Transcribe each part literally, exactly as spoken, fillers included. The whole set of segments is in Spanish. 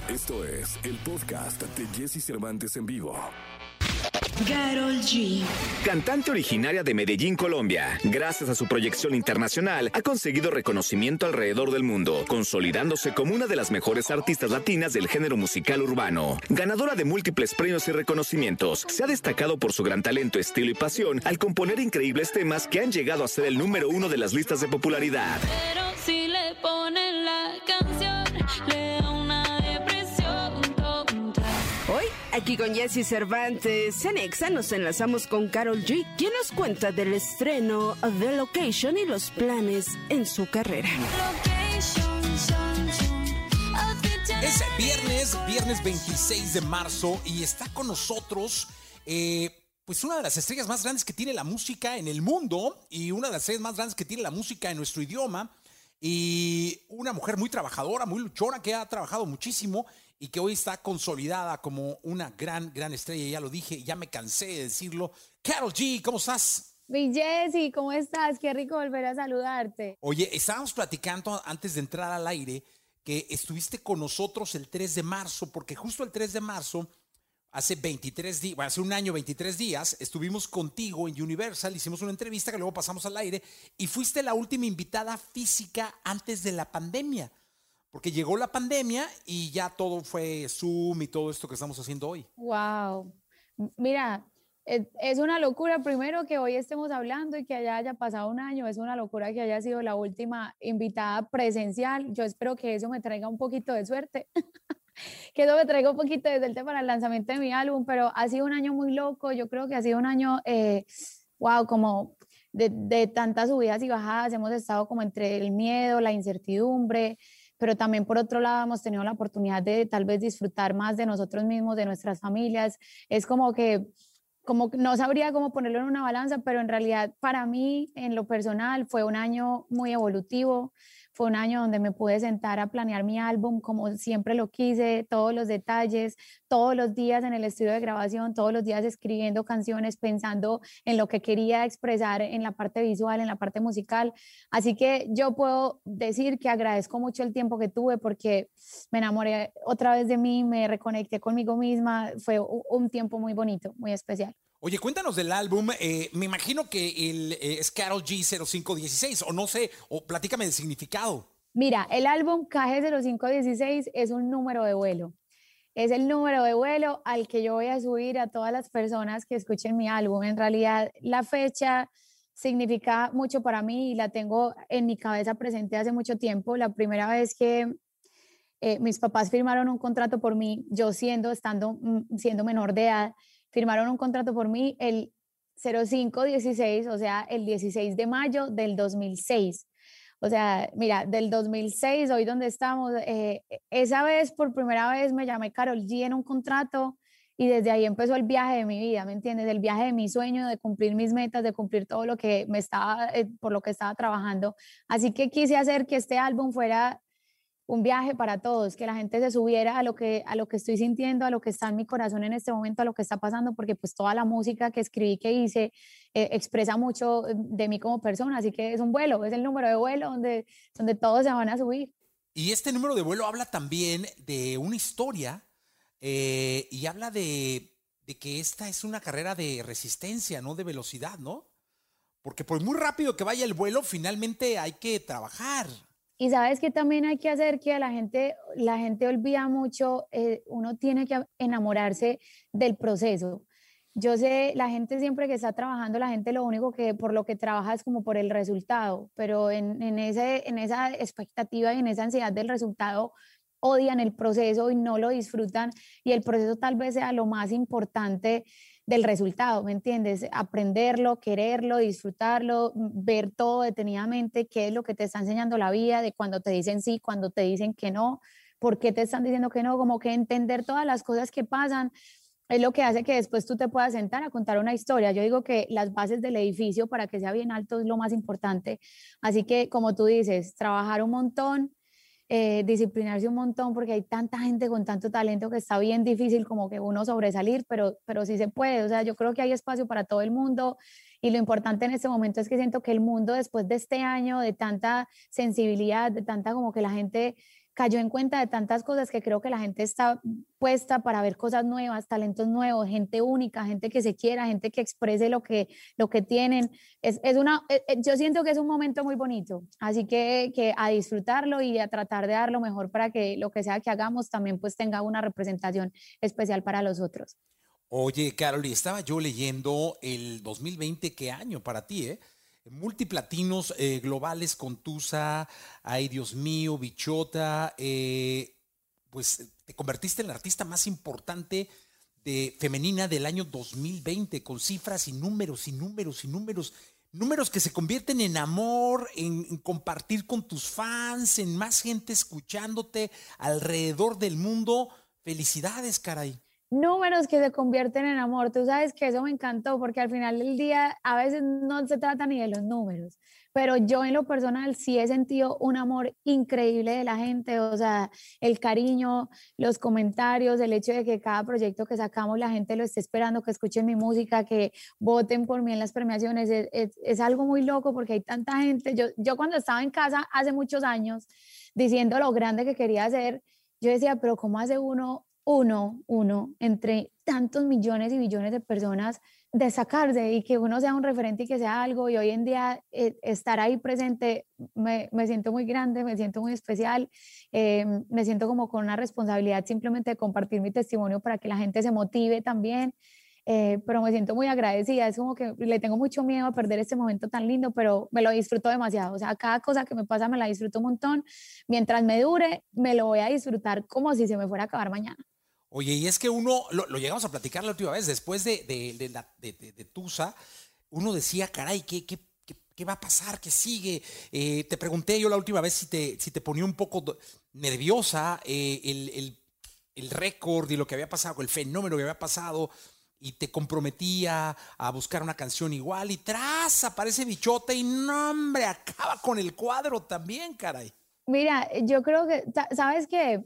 Esto es el podcast de Jesse Cervantes en vivo. Karol G. Cantante originaria de Medellín, Colombia, gracias a su proyección internacional, ha conseguido reconocimiento alrededor del mundo, consolidándose como una de las mejores artistas latinas del género musical urbano. Ganadora de múltiples premios y reconocimientos, se ha destacado por su gran talento, estilo y pasión al componer increíbles temas que han llegado a ser el número uno de las listas de popularidad. Pero si le ponen la canción, le da una depresión tonta. Hoy, aquí con Jesse Cervantes, en Exa nos enlazamos con Karol G, quien nos cuenta del estreno de Location y los planes en su carrera. Es viernes, viernes veintiséis de marzo y está con nosotros eh, pues una de las estrellas más grandes que tiene la música en el mundo y una de las estrellas más grandes que tiene la música en nuestro idioma y una mujer muy trabajadora, muy luchona, que ha trabajado muchísimo y que hoy está consolidada como una gran, gran estrella. Ya lo dije, ya me cansé de decirlo. Karol G, ¿cómo estás? Mi Jessy, ¿cómo estás? Qué rico volver a saludarte. Oye, estábamos platicando antes de entrar al aire que estuviste con nosotros el tres de marzo, porque justo el tres de marzo, hace veintitrés días, bueno, hace un año, veintitrés días, estuvimos contigo en Universal, hicimos una entrevista que luego pasamos al aire y fuiste la última invitada física antes de la pandemia, porque llegó la pandemia y ya todo fue Zoom y todo esto que estamos haciendo hoy. Wow. Mira, es una locura primero que hoy estemos hablando y que haya, haya pasado un año, es una locura que haya sido la última invitada presencial. Yo espero que eso me traiga un poquito de suerte. que eso me traiga un poquito de suerte para el lanzamiento de mi álbum, pero ha sido un año muy loco. Yo creo que ha sido un año, eh, wow, como de, de tantas subidas y bajadas. Hemos estado como entre el miedo, la incertidumbre, pero también por otro lado hemos tenido la oportunidad de tal vez disfrutar más de nosotros mismos, de nuestras familias. Es como que como no sabría cómo ponerlo en una balanza, pero en realidad para mí, en lo personal, fue un año muy evolutivo, fue un año donde me pude sentar a planear mi álbum como siempre lo quise, todos los detalles, todos los días en el estudio de grabación, todos los días escribiendo canciones, pensando en lo que quería expresar en la parte visual, en la parte musical. Así que yo puedo decir que agradezco mucho el tiempo que tuve porque me enamoré otra vez de mí, me reconecté conmigo misma, fue un tiempo muy bonito, muy especial. Oye, cuéntanos del álbum. Eh, me imagino que el, eh, es Karol G cero cinco dieciséis, o no sé, o platícame del significado. Mira, el álbum K G cero cinco dieciséis es un número de vuelo. Es el número de vuelo al que yo voy a subir a todas las personas que escuchen mi álbum. En realidad, la fecha significa mucho para mí y la tengo en mi cabeza presente hace mucho tiempo. La primera vez que eh, mis papás firmaron un contrato por mí, yo siendo, estando, siendo menor de edad, firmaron un contrato por mí el cero cinco dieciséis, o sea, el dieciséis de mayo del dos mil seis. O sea, mira, del dos mil seis, hoy donde estamos, eh, esa vez, por primera vez, me llamé Karol G en un contrato y desde ahí empezó el viaje de mi vida, ¿me entiendes? El viaje de mi sueño, de cumplir mis metas, de cumplir todo lo que me estaba, eh, por lo que estaba trabajando. Así que quise hacer que este álbum fuera un viaje para todos, que la gente se subiera a lo que, a lo que estoy sintiendo, a lo que está en mi corazón en este momento, a lo que está pasando, porque pues toda la música que escribí, que hice, eh, expresa mucho de mí como persona, así que es un vuelo, es el número de vuelo donde, donde todos se van a subir. Y este número de vuelo habla también de una historia eh, y habla de, de que esta es una carrera de resistencia, no de velocidad, ¿no? Porque por muy rápido que vaya el vuelo, finalmente hay que trabajar. Y sabes que también hay que hacer que la gente, la gente olvida mucho, eh, uno tiene que enamorarse del proceso. Yo sé, la gente siempre que está trabajando, la gente lo único que por lo que trabaja es como por el resultado, pero en, en, ese, en esa expectativa y en esa ansiedad del resultado odian el proceso y no lo disfrutan y el proceso tal vez sea lo más importante del resultado, ¿me entiendes? Aprenderlo, quererlo, disfrutarlo, ver todo detenidamente, qué es lo que te está enseñando la vida, de cuando te dicen sí, cuando te dicen que no, por qué te están diciendo que no, como que entender todas las cosas que pasan es lo que hace que después tú te puedas sentar a contar una historia. Yo digo que las bases del edificio para que sea bien alto es lo más importante, así que como tú dices, trabajar un montón, eh, disciplinarse un montón porque hay tanta gente con tanto talento que está bien difícil como que uno sobresalir, pero, pero sí se puede. O sea, yo creo que hay espacio para todo el mundo y lo importante en este momento es que siento que el mundo después de este año de tanta sensibilidad, de tanta como que la gente cayó en cuenta de tantas cosas que creo que la gente está puesta para ver cosas nuevas, talentos nuevos, gente única, gente que se quiera, gente que exprese lo que, lo que tienen. Es, es una, eh, yo siento que es un momento muy bonito, así que, que a disfrutarlo y a tratar de dar lo mejor para que lo que sea que hagamos también pues tenga una representación especial para los otros. Oye, Carol, y estaba yo leyendo el dos mil veinte, ¿qué año para ti, eh? Multiplatinos eh, globales con Tusa, Ay Dios mío, Bichota, eh, pues te convertiste en la artista más importante de, femenina del año dos mil veinte, con cifras y números y números y números, números que se convierten en amor, en, en compartir con tus fans, en más gente escuchándote alrededor del mundo. Felicidades, caray. Números que se convierten en amor. Tú sabes que eso me encantó porque al final del día a veces no se trata ni de los números, pero yo en lo personal sí he sentido un amor increíble de la gente, o sea, el cariño, los comentarios, el hecho de que cada proyecto que sacamos la gente lo esté esperando, que escuchen mi música, que voten por mí en las premiaciones, es, es, es algo muy loco porque hay tanta gente. Yo, yo cuando estaba en casa hace muchos años diciendo lo grande que quería hacer, yo decía, pero ¿cómo hace uno uno, uno, entre tantos millones y billones de personas, destacarse y que uno sea un referente y que sea algo? Y hoy en día eh, estar ahí presente, me, me siento muy grande, me siento muy especial, eh, me siento como con una responsabilidad simplemente de compartir mi testimonio para que la gente se motive también. Eh, pero me siento muy agradecida, es como que le tengo mucho miedo a perder este momento tan lindo, pero me lo disfruto demasiado, o sea, cada cosa que me pasa me la disfruto un montón, mientras me dure, me lo voy a disfrutar como si se me fuera a acabar mañana. Oye, y es que uno, lo, lo llegamos a platicar la última vez, después de, de, de, la, de, de, de Tusa, uno decía, caray, ¿qué, qué, qué, qué va a pasar? ¿Qué sigue? Eh, te pregunté yo la última vez si te, si te ponía un poco nerviosa eh, el, el, el récord y lo que había pasado, el fenómeno que había pasado, y te comprometía a buscar una canción igual, y tras aparece Bichota y no, hombre, acaba con el cuadro también, caray. Mira, yo creo que, ¿sabes qué?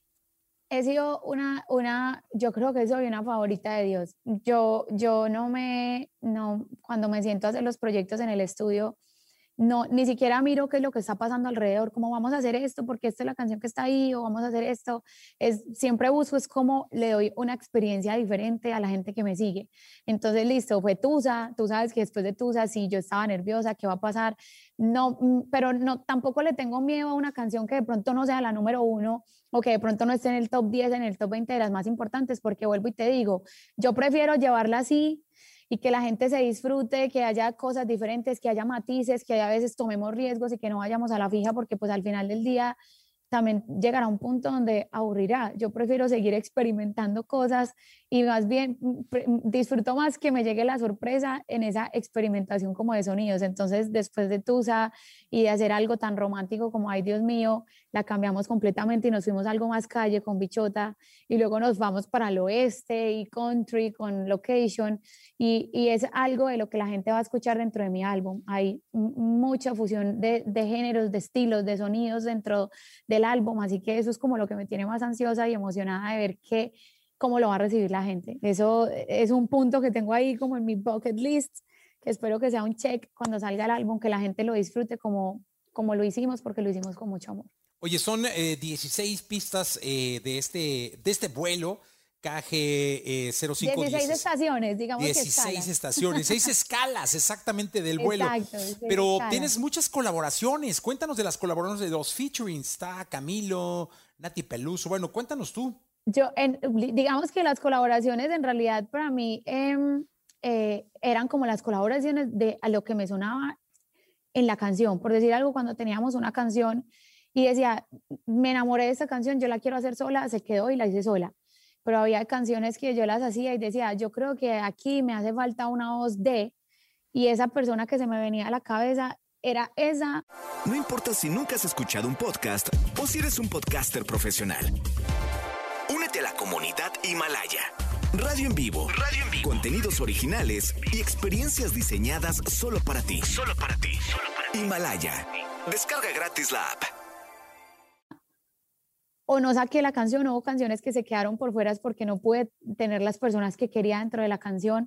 He sido una, una, yo creo que soy una favorita de Dios. Yo, yo no me, no, cuando me siento a hacer los proyectos en el estudio, no, ni siquiera miro qué es lo que está pasando alrededor, cómo vamos a hacer esto, porque esta es la canción que está ahí, o vamos a hacer esto. Es, siempre busco es cómo le doy una experiencia diferente a la gente que me sigue. Entonces, listo, fue Tusa, tú sabes que después de Tusa, sí, yo estaba nerviosa, ¿qué va a pasar? No, pero no, tampoco le tengo miedo a una canción que de pronto no sea la número uno, o que de pronto no esté en el top diez, en el top veinte de las más importantes, porque vuelvo y te digo, yo prefiero llevarla así y que la gente se disfrute, que haya cosas diferentes, que haya matices, que a veces tomemos riesgos y que no vayamos a la fija, porque pues al final del día también llegará un punto donde aburrirá. Yo prefiero seguir experimentando cosas y más bien disfruto más que me llegue la sorpresa en esa experimentación como de sonidos. Entonces, después de Tusa y de hacer algo tan romántico como Ay Dios mío, la cambiamos completamente y nos fuimos a algo más calle con Bichota, y luego nos vamos para el oeste y country con Location, y, y es algo de lo que la gente va a escuchar dentro de mi álbum. Hay mucha fusión de, de géneros, de estilos, de sonidos dentro del álbum, así que eso es como lo que me tiene más ansiosa y emocionada de ver qué, cómo lo va a recibir la gente. Eso es un punto que tengo ahí como en mi bucket list, que espero que sea un check cuando salga el álbum, que la gente lo disfrute como, como lo hicimos, porque lo hicimos con mucho amor. Oye, son eh, dieciséis pistas eh, de, este, de este vuelo K G eh, cero cinco. dieciséis estaciones, digamos dieciséis que escalas. estaciones, seis escalas exactamente del vuelo. Exacto, pero escalas. Tienes muchas colaboraciones. Cuéntanos de las colaboraciones, de los featuring. Está Camilo, Nati Peluso. Bueno, cuéntanos tú. Yo, en, digamos que las colaboraciones en realidad para mí eh, eh, eran como las colaboraciones de a lo que me sonaba en la canción. Por decir algo, cuando teníamos una canción y decía, me enamoré de esta canción, yo la quiero hacer sola, se quedó y la hice sola. Pero había canciones que yo las hacía y decía, yo creo que aquí me hace falta una voz de, y esa persona que se me venía a la cabeza era esa. No importa si nunca has escuchado un podcast o si eres un podcaster profesional. Únete a la comunidad Himalaya. Radio en vivo. Radio en vivo. Contenidos originales y experiencias diseñadas solo para ti. Solo para ti. Solo para ti. Himalaya. Descarga gratis la app. O no saqué la canción, hubo canciones que se quedaron por fuera porque no pude tener las personas que quería dentro de la canción.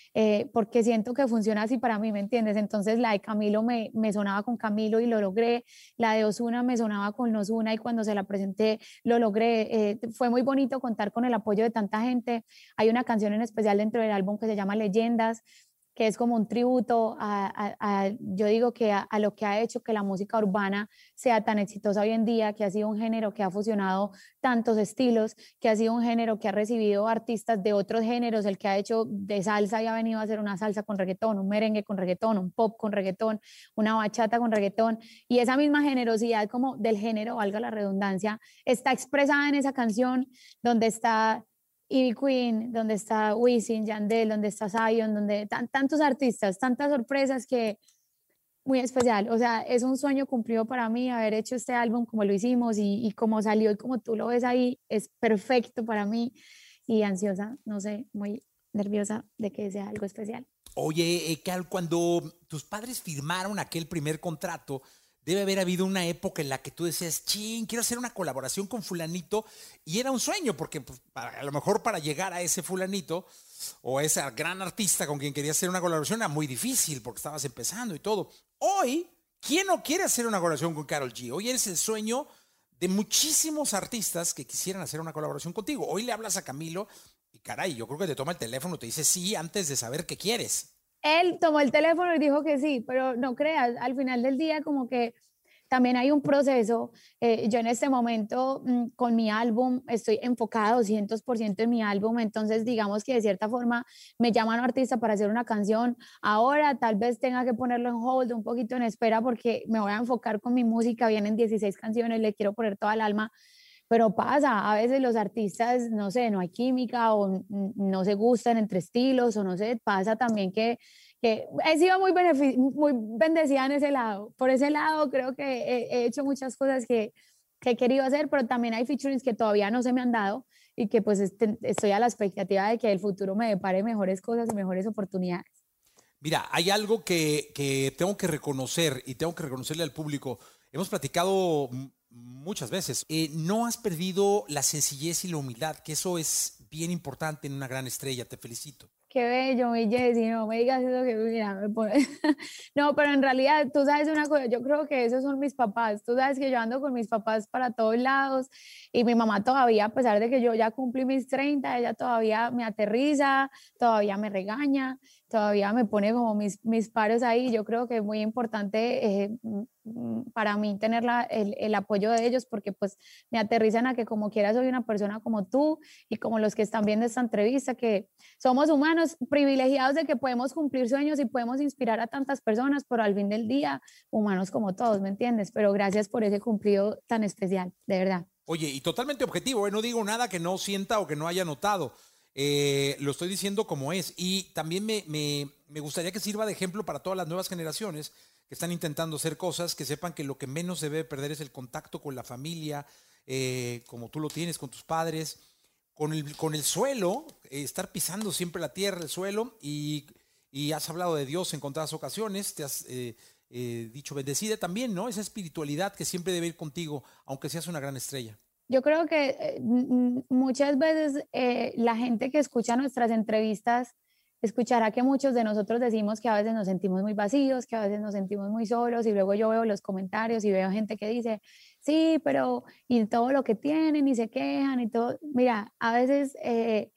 eh, porque siento que funciona así para mí, ¿me entiendes? Entonces la de Camilo me, me sonaba con Camilo y lo logré, la de Ozuna me sonaba con Ozuna y cuando se la presenté lo logré. Eh, fue muy bonito contar con el apoyo de tanta gente. Hay una canción en especial dentro del álbum que se llama Leyendas, que es como un tributo a, a, a yo digo que a, a lo que ha hecho que la música urbana sea tan exitosa hoy en día, que ha sido un género que ha fusionado tantos estilos, que ha sido un género que ha recibido artistas de otros géneros, el que ha hecho de salsa y ha venido a hacer una salsa con reggaetón, un merengue con reggaetón, un pop con reggaetón, una bachata con reggaetón, y esa misma generosidad como del género, valga la redundancia, está expresada en esa canción donde está Ivy Queen, donde está Wisin, Yandel, donde está Zion, donde tan, tantos artistas, tantas sorpresas que muy especial. O sea, es un sueño cumplido para mí haber hecho este álbum como lo hicimos y, y como salió y como tú lo ves ahí, es perfecto para mí y ansiosa, no sé, muy nerviosa de que sea algo especial. Oye, eh, Carol, cuando tus padres firmaron aquel primer contrato, debe haber habido una época en la que tú decías, ching, quiero hacer una colaboración con fulanito, y era un sueño, porque pues, para, a lo mejor para llegar a ese fulanito o a ese gran artista con quien querías hacer una colaboración era muy difícil porque estabas empezando y todo. Hoy, ¿quién no quiere hacer una colaboración con Karol G? Hoy eres el sueño de muchísimos artistas que quisieran hacer una colaboración contigo. Hoy le hablas a Camilo y caray, yo creo que te toma el teléfono, te dice sí antes de saber qué quieres. Él tomó el teléfono y dijo que sí, pero no creas, al final del día como que también hay un proceso. Eh, yo en este momento mmm, con mi álbum estoy enfocada doscientos por ciento en mi álbum, entonces digamos que de cierta forma me llaman un artista para hacer una canción, ahora tal vez tenga que ponerlo en hold, un poquito en espera porque me voy a enfocar con mi música, vienen dieciséis canciones, le quiero poner toda el alma. Pero pasa, a veces los artistas, no sé, no hay química o no se gustan entre estilos o no sé, pasa también que, que he sido muy, muy bendecida en ese lado. Por ese lado creo que he, he hecho muchas cosas que, que he querido hacer, pero también hay featurings que todavía no se me han dado y que pues este, estoy a la expectativa de que el futuro me depare mejores cosas y mejores oportunidades. Mira, hay algo que, que tengo que reconocer y tengo que reconocerle al público. Hemos platicado muchas veces. Eh, no has perdido la sencillez y la humildad, que eso es bien importante en una gran estrella. Te felicito. Qué bello, mi Jessy, no me digas eso que mira, me pone... No, pero en realidad, tú sabes una cosa, yo creo que esos son mis papás. Tú sabes que yo ando con mis papás para todos lados y mi mamá todavía, a pesar de que yo ya cumplí mis treinta, ella todavía me aterriza, todavía me regaña, todavía me pone como mis, mis paros ahí. Yo creo que es muy importante eh, para mí tener la, el, el apoyo de ellos porque pues me aterrizan a que como quiera soy una persona como tú y como los que están viendo esta entrevista, que somos humanos privilegiados de que podemos cumplir sueños y podemos inspirar a tantas personas, pero al fin del día, humanos como todos, ¿me entiendes? Pero gracias por ese cumplido tan especial, de verdad. Oye, y totalmente objetivo, ¿eh? No digo nada que no sienta o que no haya notado. Eh, lo estoy diciendo como es. Y también me, me, me gustaría que sirva de ejemplo para todas las nuevas generaciones que están intentando hacer cosas, que sepan que lo que menos se debe perder es el contacto con la familia, eh, como tú lo tienes, con tus padres, con el, con el suelo, eh, estar pisando siempre la tierra, el suelo, y, y has hablado de Dios en contadas ocasiones, te has eh, eh, dicho bendecida también, ¿no? Esa espiritualidad que siempre debe ir contigo, aunque seas una gran estrella. Yo creo que eh, muchas veces eh, la gente que escucha nuestras entrevistas escuchará que muchos de nosotros decimos que a veces nos sentimos muy vacíos, que a veces nos sentimos muy solos, y luego yo veo los comentarios y veo gente que dice, sí, pero y todo lo que tienen y se quejan y todo. Mira, a veces, eh,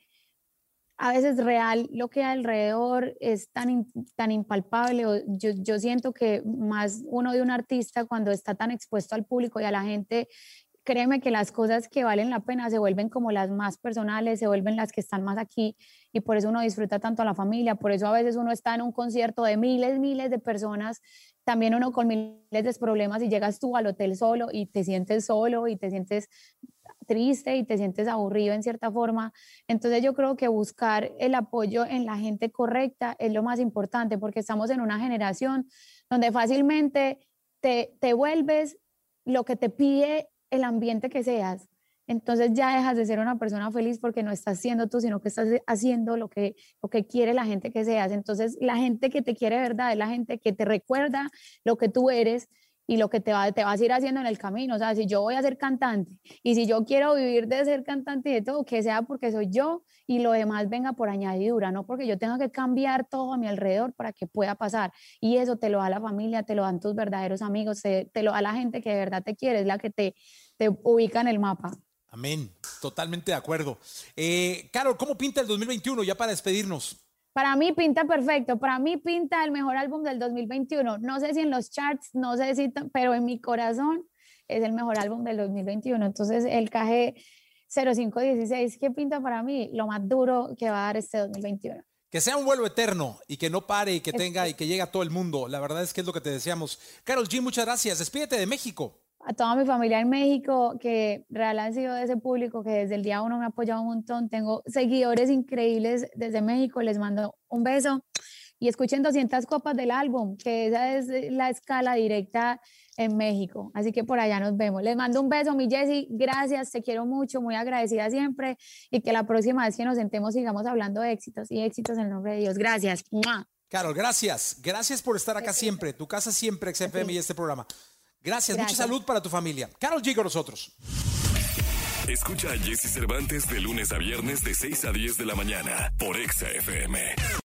a veces real lo que hay alrededor es tan, in, tan impalpable. Yo, yo siento que más uno de un artista cuando está tan expuesto al público y a la gente, créeme que las cosas que valen la pena se vuelven como las más personales, se vuelven las que están más aquí, y por eso uno disfruta tanto a la familia. Por eso a veces uno está en un concierto de miles, miles de personas, también uno con miles de problemas, y llegas tú al hotel solo y te sientes solo y te sientes triste y te sientes aburrido en cierta forma. Entonces yo creo que buscar el apoyo en la gente correcta es lo más importante, porque estamos en una generación donde fácilmente te, te vuelves lo que te pide el ambiente que seas. Entonces ya dejas de ser una persona feliz porque no estás siendo tú, sino que estás haciendo lo que, lo que quiere la gente que seas. Entonces la gente que te quiere de verdad es la gente que te recuerda lo que tú eres y lo que te, va, te vas a ir haciendo en el camino. O sea, si yo voy a ser cantante y si yo quiero vivir de ser cantante y de todo, que sea porque soy yo y lo demás venga por añadidura, no porque yo tenga que cambiar todo a mi alrededor para que pueda pasar. Y eso te lo da la familia, te lo dan tus verdaderos amigos, te, te lo da la gente que de verdad te quiere, es la que te, te ubica en el mapa. Amén, totalmente de acuerdo. Eh, Karol, ¿cómo pinta el dos mil veintiuno ya para despedirnos? Para mí pinta perfecto, para mí pinta el mejor álbum del dos mil veintiuno. No sé si en los charts, no sé si, pero en mi corazón es el mejor álbum del dos mil veintiuno. Entonces el K G cero cinco dieciséis, ¿qué pinta para mí? Lo más duro que va a dar este dos mil veintiuno. Que sea un vuelo eterno y que no pare y que tenga y que llegue a todo el mundo. La verdad es que es lo que te deseamos. Karol G, muchas gracias. Despídete de México. A toda mi familia en México, que real han sido de ese público que desde el día uno me ha apoyado un montón. Tengo seguidores increíbles desde México, les mando un beso y escuchen doscientas copas del álbum, que esa es la escala directa en México. Así que por allá nos vemos. Les mando un beso, mi Jessie, gracias, te quiero mucho, muy agradecida siempre y que la próxima vez que nos sentemos sigamos hablando de éxitos y éxitos en el nombre de Dios. Gracias. ¡Mua! Karol, gracias. Gracias por estar acá siempre. Tu casa siempre, X F M y este programa. Gracias, Gracias, mucha salud para tu familia. Karol G con nosotros. Escucha a Jessy Cervantes de lunes a viernes de seis a diez de la mañana por X F M.